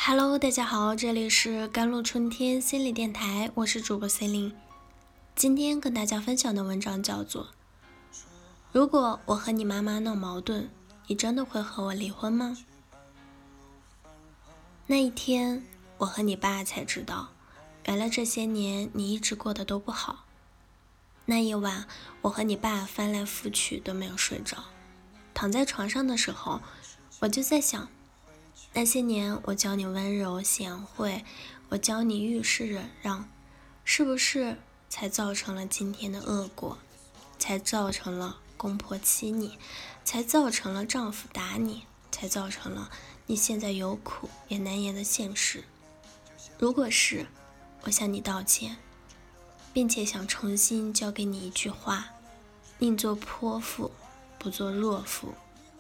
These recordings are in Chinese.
Hello，大家好，这里是甘露春天心理电台，我是主播 Celine。今天跟大家分享的文章叫做如果我和你妈妈闹矛盾，你真的会和我离婚吗？那一天，我和你爸才知道，原来这些年你一直过得都不好。那一晚，我和你爸翻来覆去都没有睡着。躺在床上的时候，我就在想，那些年我教你温柔贤惠，我教你遇事忍让，是不是才造成了今天的恶果，才造成了公婆欺你，才造成了丈夫打你，才造成了你现在有苦也难言的现实。如果是，我向你道歉，并且想重新教给你一句话：宁做泼妇，不做弱妇。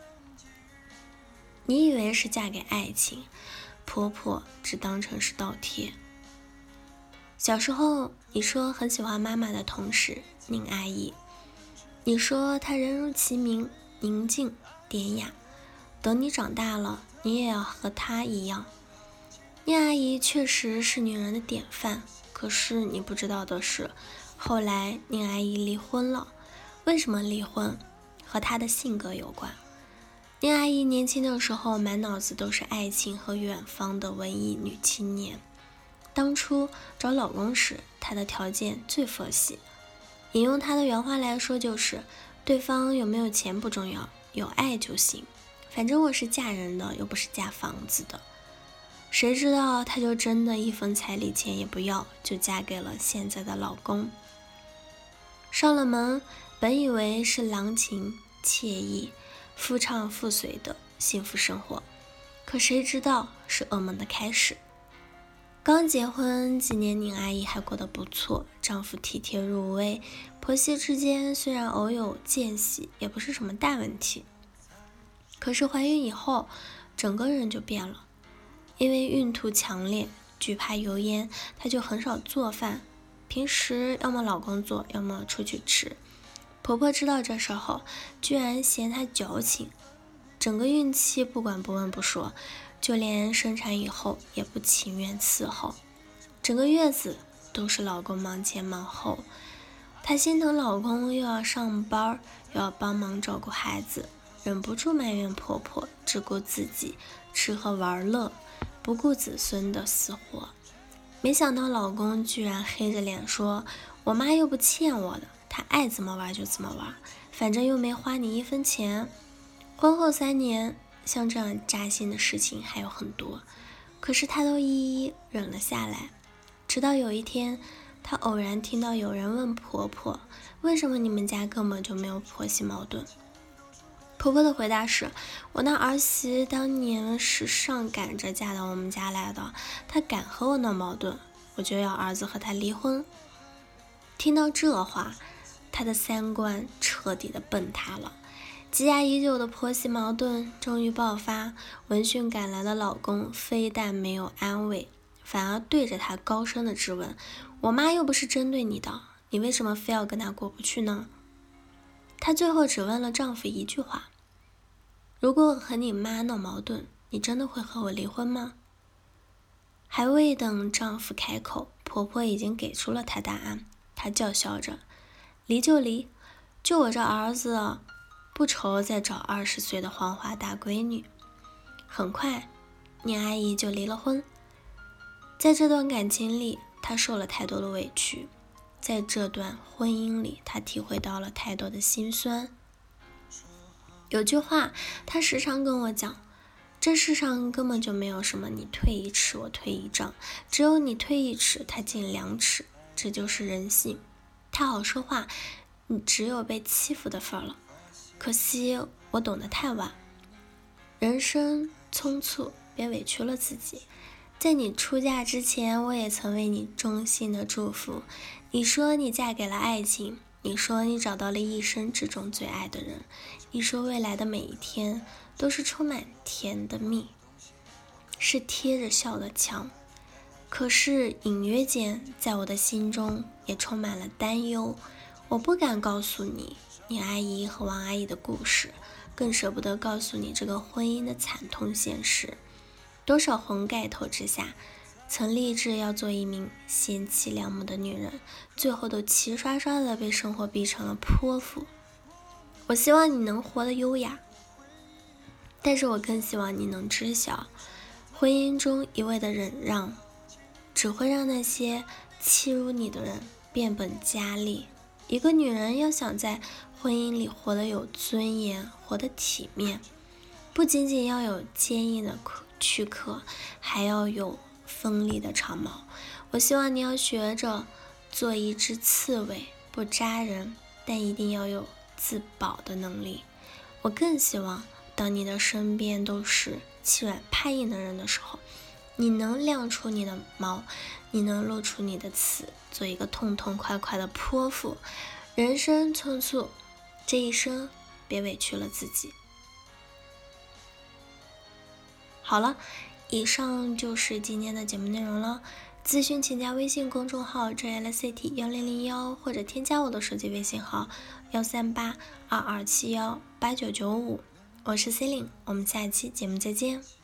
你以为是嫁给爱情，婆婆只当成是倒贴。小时候你说很喜欢妈妈的同事宁阿姨，你说她人如其名，宁静典雅，等你长大了，你也要和她一样。宁阿姨确实是女人的典范，可是你不知道的是，后来宁阿姨离婚了。为什么离婚？和她的性格有关。宁阿姨年轻的时候满脑子都是爱情和远方的文艺女青年，当初找老公时，她的条件最佛系，引用她的原话来说就是对方有没有钱不重要，有爱就行，反正我是嫁人的，又不是嫁房子的。谁知道她就真的一分彩礼钱也不要，就嫁给了现在的老公。上了门，本以为是郎情惬意夫唱妇随的幸福生活，可谁知道是噩梦的开始。刚结婚几年，宁阿姨还过得不错，丈夫体贴入微，婆媳之间虽然偶有间隙，也不是什么大问题。可是怀孕以后，整个人就变了，因为孕吐强烈，惧怕油烟，她就很少做饭，平时要么老公做，要么出去吃。婆婆知道这事后，居然嫌她矫情，整个孕期不管不问不说，就连生产以后也不情愿伺候，整个月子都是老公忙前忙后。她心疼老公又要上班，又要帮忙照顾孩子，忍不住埋怨婆婆只顾自己吃喝玩乐，不顾子孙的死活。没想到老公居然黑着脸说，我妈又不欠我的，她爱怎么玩就怎么玩，反正又没花你一分钱。婚后3年，像这样扎心的事情还有很多，可是她都一一忍了下来。直到有一天，她偶然听到有人问婆婆，为什么你们家根本就没有婆媳矛盾？婆婆的回答是，我那儿媳当年是上赶着嫁到我们家来的，她敢和我闹矛盾，我就要儿子和她离婚。听到这话，她的三观彻底的崩塌了。积压已久的婆媳矛盾终于爆发，闻讯赶来的老公非但没有安慰，反而对着她高声的质问，我妈又不是针对你的，你为什么非要跟她过不去呢？她最后只问了丈夫一句话，如果我和你妈闹矛盾，你真的会和我离婚吗？还未等丈夫开口，婆婆已经给出了她答案。她叫嚣着，离就离，就我这儿子不愁再找20岁的黄花大闺女。很快，宁阿姨就离了婚。在这段感情里，她受了太多的委屈，在这段婚姻里，她体会到了太多的辛酸。有句话，她时常跟我讲，这世上根本就没有什么你退1尺我退1丈，只有你退1尺他进2尺，这就是人性。她好说话，你只有被欺负的份了。可惜我懂得太晚，人生匆促，别委屈了自己。在你出嫁之前，我也曾为你衷心的祝福。你说你嫁给了爱情，你说你找到了一生之中最爱的人，你说未来的每一天都是充满甜的蜜，是贴着笑的墙。可是隐约间，在我的心中也充满了担忧。我不敢告诉你阿姨和王阿姨的故事，更舍不得告诉你这个婚姻的惨痛现实。 多少红盖头之下，曾立志要做一名贤妻良母的女人，最后都齐刷刷的被生活逼成了泼妇。我希望你能活得优雅，但是我更希望你能知晓，婚姻中一味的忍让，只会让那些欺辱你的人变本加厉。一个女人要想在婚姻里活得有尊严，活得体面，不仅仅要有坚硬的躯壳，还要有锋利的长矛。我希望你要学着做一只刺猬，不扎人，但一定要有自保的能力。我更希望当你的身边都是欺软怕硬的人的时候，你能亮出你的矛，你能露出你的刺，做一个痛痛快快的泼妇。人生匆促，这一生别委屈了自己。好了，以上就是今天的节目内容了。咨询请加微信公众号 JLCT1001，或者添加我的手机微信号13822718995。我是 Celine， 我们下期节目再见。